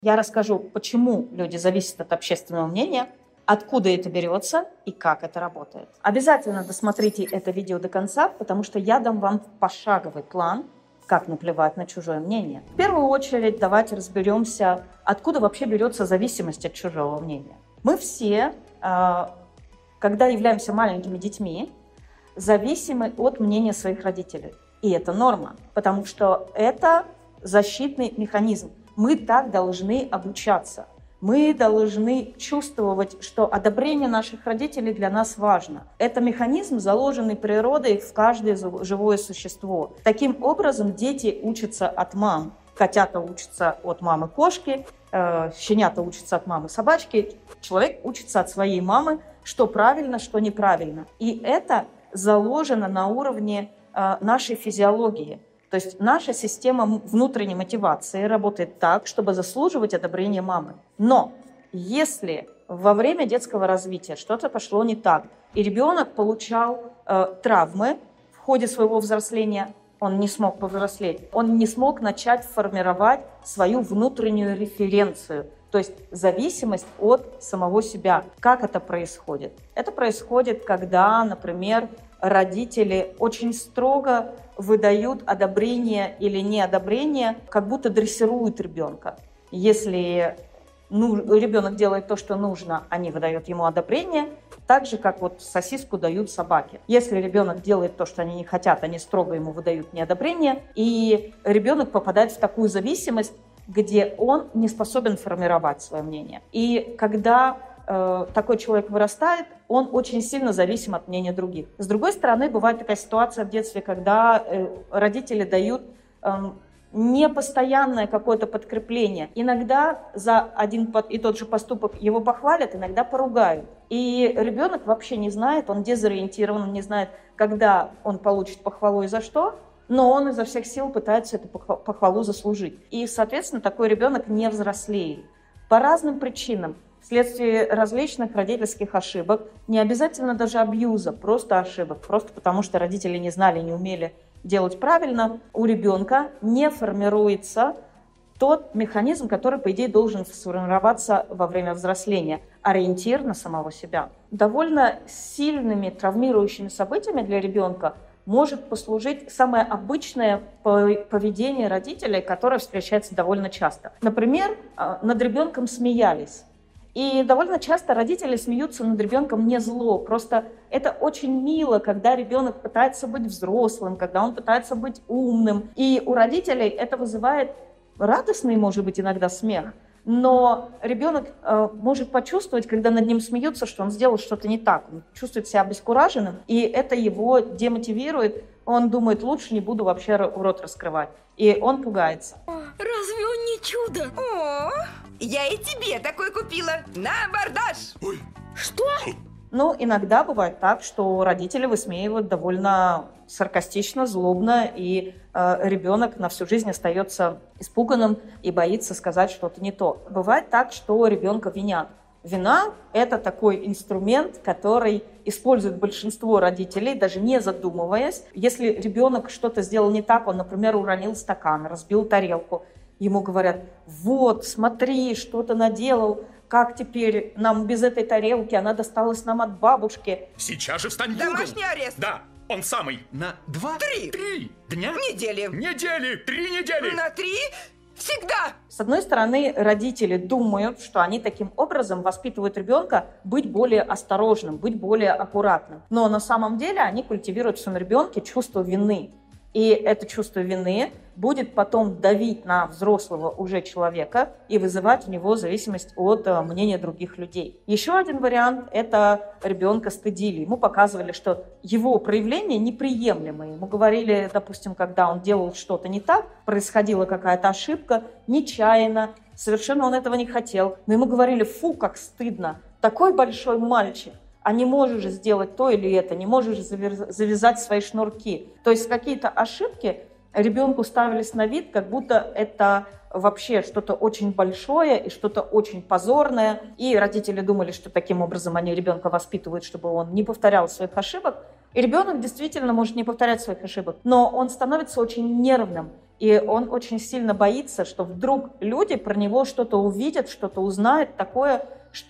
Я расскажу, почему люди зависят от общественного мнения, откуда это берется и как это работает. Обязательно досмотрите это видео до конца, потому что я дам вам пошаговый план, как наплевать на чужое мнение. В первую очередь давайте разберемся, откуда вообще берется зависимость от чужого мнения. Мы все, когда являемся маленькими детьми, зависимы от мнения своих родителей. И это норма, потому что это защитный механизм. Мы так должны обучаться. Мы должны чувствовать, что одобрение наших родителей для нас важно. Это механизм, заложенный природой в каждое живое существо. Таким образом, дети учатся от мам. Котята учатся от мамы кошки, щенята учатся от мамы собачки. Человек учится от своей мамы, что правильно, что неправильно. И это заложено на уровне нашей физиологии. То есть наша система внутренней мотивации работает так, чтобы заслуживать одобрения мамы. Но если во время детского развития что-то пошло не так, и ребенок получал травмы в ходе своего взросления, он не смог повзрослеть, он не смог начать формировать свою внутреннюю референцию, то есть зависимость от самого себя. Как это происходит? Это происходит, когда, например, родители очень строго выдают одобрение или неодобрение, как будто дрессируют ребенка. Если ребенок делает то, что нужно, они выдают ему одобрение, так же, как вот сосиску дают собаке. Если ребенок делает то, что они не хотят, они строго ему выдают неодобрение, и ребенок попадает в такую зависимость, где он не способен формировать свое мнение. И когда такой человек вырастает, он очень сильно зависим от мнения других. С другой стороны, бывает такая ситуация в детстве, когда родители дают непостоянное какое-то подкрепление. Иногда за один и тот же поступок его похвалят, иногда поругают. И ребенок вообще не знает, он дезориентирован, он не знает, когда он получит похвалу и за что, но он изо всех сил пытается эту похвалу заслужить. И, соответственно, такой ребенок не взрослеет. По разным причинам. Вследствие различных родительских ошибок, не обязательно даже абьюза, просто ошибок, просто потому что родители не знали, не умели делать правильно, у ребенка не формируется тот механизм, который, по идее, должен сформироваться во время взросления, ориентир на самого себя. Довольно сильными травмирующими событиями для ребенка может послужить самое обычное поведение родителей, которое встречается довольно часто. Например, над ребенком смеялись. И довольно часто родители смеются над ребенком не зло. Просто это очень мило, когда ребенок пытается быть взрослым, когда он пытается быть умным. И у родителей это вызывает радостный, может быть, иногда смех. Но ребенок может почувствовать, когда над ним смеются, что он сделал что-то не так. Он чувствует себя обескураженным, и это его демотивирует. Он думает, лучше не буду вообще рот раскрывать. И он пугается. Разве он не чудо? О, я и тебе такой купила. На абордаж! Ой. Что? Ну, иногда бывает так, что родители высмеивают довольно саркастично, злобно, и ребенок на всю жизнь остается испуганным и боится сказать что-то не то. Бывает так, что ребенка винят. Вина – это такой инструмент, который использует большинство родителей, даже не задумываясь. Если ребенок что-то сделал не так, он, например, уронил стакан, разбил тарелку, ему говорят: вот, смотри, что ты наделал, как теперь нам без этой тарелки, она досталась нам от бабушки. Сейчас же встань в угол. Домашний арест. Да, он самый. На 2? 3 дня? Недели. 3 недели. На 3? Всегда! С одной стороны, родители думают, что они таким образом воспитывают ребенка быть более осторожным, быть более аккуратным. Но на самом деле они культивируют в своем ребенке чувство вины. И это чувство вины будет потом давить на взрослого уже человека и вызывать у него зависимость от мнения других людей. Еще один вариант – это ребенка стыдили. Ему показывали, что его проявления неприемлемые. Ему говорили, допустим, когда он делал что-то не так, происходила какая-то ошибка, нечаянно, совершенно он этого не хотел. Но ему говорили: фу, как стыдно, такой большой мальчик. А не можешь сделать то или это, не можешь завязать свои шнурки. То есть какие-то ошибки ребенку ставились на вид, как будто это вообще что-то очень большое и что-то очень позорное. И родители думали, что таким образом они ребенка воспитывают, чтобы он не повторял своих ошибок. И ребенок действительно может не повторять своих ошибок, но он становится очень нервным. И он очень сильно боится, что вдруг люди про него что-то увидят, что-то узнают такое,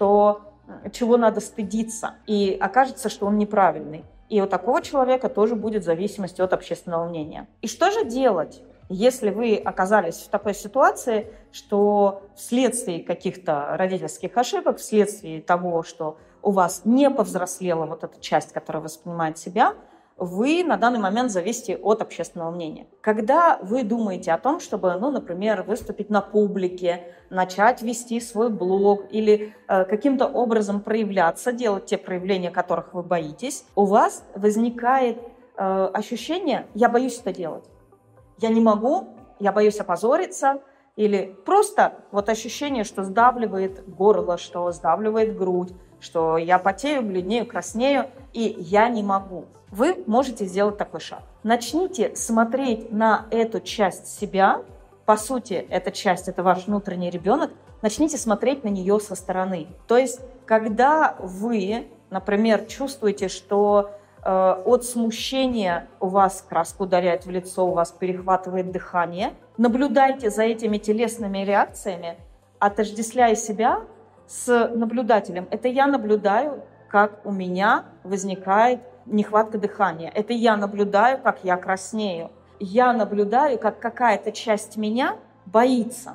чего надо стыдиться. И окажется, что он неправильный. И у такого человека тоже будет зависимость от общественного мнения. И что же делать, если вы оказались в такой ситуации, что вследствие каких-то родительских ошибок, вследствие того, что у вас не повзрослела вот эта часть, которая воспринимает себя, вы на данный момент зависите от общественного мнения. Когда вы думаете о том, чтобы, например, выступить на публике, начать вести свой блог или каким-то образом проявляться, делать те проявления, которых вы боитесь, у вас возникает ощущение «я боюсь это делать». Я не могу, я боюсь опозориться, или просто вот ощущение, что сдавливает горло, что сдавливает грудь, что я потею, бледнею, краснею, и я не могу. Вы можете сделать такой шаг. Начните смотреть на эту часть себя. По сути, эта часть – это ваш внутренний ребенок. Начните смотреть на нее со стороны. То есть, когда вы, например, чувствуете, что от смущения у вас краска ударяет в лицо, у вас перехватывает дыхание, наблюдайте за этими телесными реакциями, отождествляя себя с наблюдателем. Это я наблюдаю, как у меня возникает нехватка дыхания. Это я наблюдаю, как я краснею. Я наблюдаю, как какая-то часть меня боится.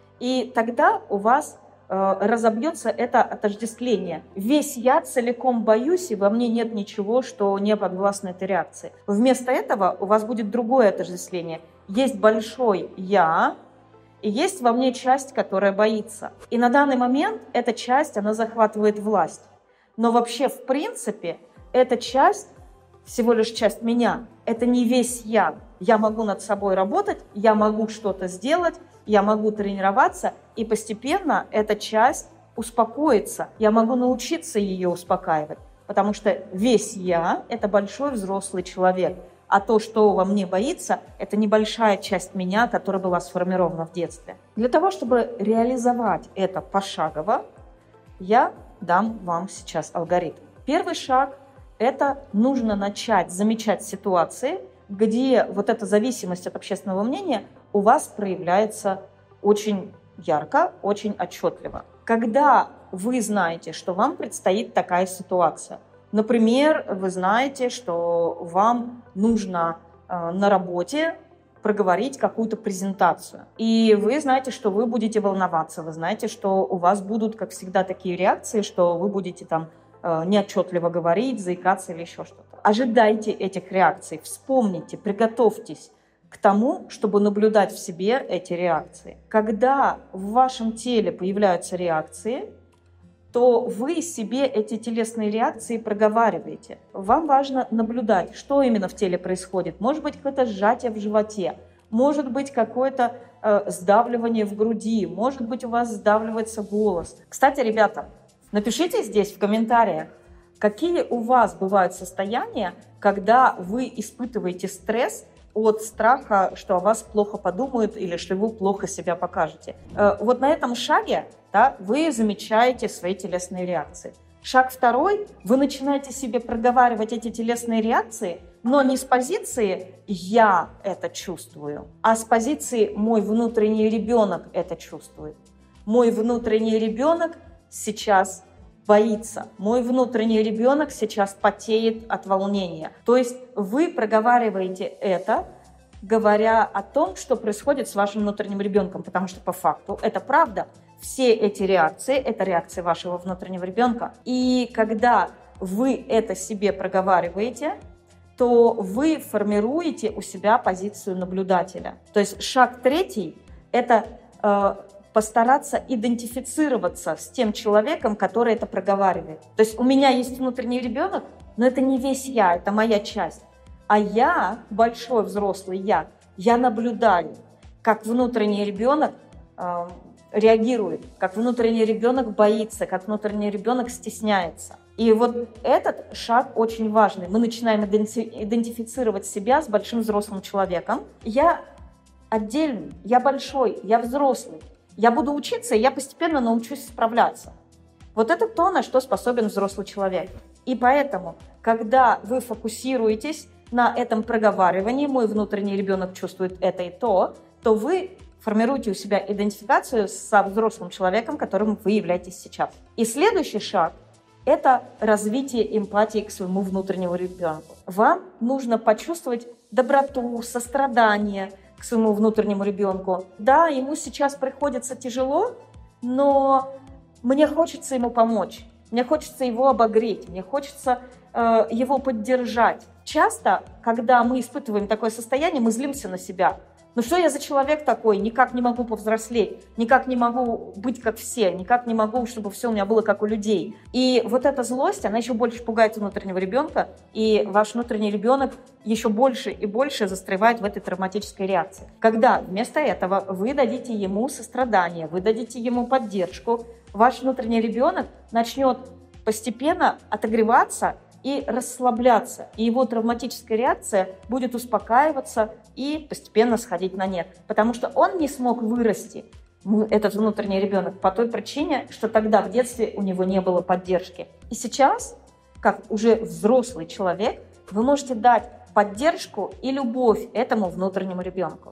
И тогда у вас разобьется это отождествление. Весь я целиком боюсь, и во мне нет ничего, что не подвластно этой реакции. Вместо этого у вас будет другое отождествление. Есть большой я, и есть во мне часть, которая боится. И на данный момент эта часть, она захватывает власть. Но вообще, в принципе, эта часть, всего лишь часть меня, это не весь я. Я могу над собой работать, я могу что-то сделать, я могу тренироваться, и постепенно эта часть успокоится. Я могу научиться ее успокаивать, потому что весь я – это большой взрослый человек. А то, что во мне боится, это небольшая часть меня, которая была сформирована в детстве. Для того, чтобы реализовать это пошагово, я дам вам сейчас алгоритм. Первый шаг – это нужно начать замечать ситуации, где вот эта зависимость от общественного мнения у вас проявляется очень ярко, очень отчетливо. Когда вы знаете, что вам предстоит такая ситуация, например, вы знаете, что вам нужно на работе проговорить какую-то презентацию, и вы знаете, что вы будете волноваться, вы знаете, что у вас будут, как всегда, такие реакции, что вы будете там неотчетливо говорить, заикаться или еще что-то. Ожидайте этих реакций, вспомните, приготовьтесь к тому, чтобы наблюдать в себе эти реакции. Когда в вашем теле появляются реакции, то вы себе эти телесные реакции проговариваете. Вам важно наблюдать, что именно в теле происходит. Может быть, какое-то сжатие в животе, может быть, какое-то сдавливание в груди, может быть, у вас сдавливается голос. Кстати, ребята, напишите здесь в комментариях, какие у вас бывают состояния, когда вы испытываете стресс от страха, что о вас плохо подумают или что вы плохо себя покажете. Вот на этом шаге, да, вы замечаете свои телесные реакции. Шаг второй, вы начинаете себе проговаривать эти телесные реакции, но не с позиции «я это чувствую», а с позиции «мой внутренний ребенок это чувствует». Мой внутренний ребенок сейчас боится. Мой внутренний ребенок сейчас потеет от волнения. То есть вы проговариваете это, говоря о том, что происходит с вашим внутренним ребенком, потому что по факту это правда. Все эти реакции – это реакции вашего внутреннего ребенка. И когда вы это себе проговариваете, то вы формируете у себя позицию наблюдателя. То есть шаг третий – это постараться идентифицироваться с тем человеком, который это проговаривает. То есть у меня есть внутренний ребенок, но это не весь я, это моя часть. А я, большой взрослый я наблюдаю, как внутренний ребенок реагирует, как внутренний ребенок боится, как внутренний ребенок стесняется. И вот этот шаг очень важный. Мы начинаем идентифицировать себя с большим взрослым человеком. Я отдельный, я большой, я взрослый. Я буду учиться, и я постепенно научусь справляться. Вот это то, на что способен взрослый человек. И поэтому, когда вы фокусируетесь на этом проговаривании «мой внутренний ребенок чувствует это и то», то вы формируете у себя идентификацию со взрослым человеком, которым вы являетесь сейчас. И следующий шаг – это развитие эмпатии к своему внутреннему ребенку. Вам нужно почувствовать доброту, сострадание к своему внутреннему ребенку. Да, ему сейчас приходится тяжело, но мне хочется ему помочь, мне хочется его обогреть, мне хочется его поддержать. Часто, когда мы испытываем такое состояние, мы злимся на себя. Ну что я за человек такой? Никак не могу повзрослеть, никак не могу быть как все, никак не могу, чтобы все у меня было как у людей. И вот эта злость, она еще больше пугает внутреннего ребенка, и ваш внутренний ребенок еще больше и больше застревает в этой травматической реакции. Когда вместо этого вы дадите ему сострадание, вы дадите ему поддержку, ваш внутренний ребенок начнет постепенно отогреваться и расслабляться, и его травматическая реакция будет успокаиваться и постепенно сходить на нет. Потому что он не смог вырасти, этот внутренний ребенок, по той причине, что тогда в детстве у него не было поддержки. И сейчас, как уже взрослый человек, вы можете дать поддержку и любовь этому внутреннему ребенку.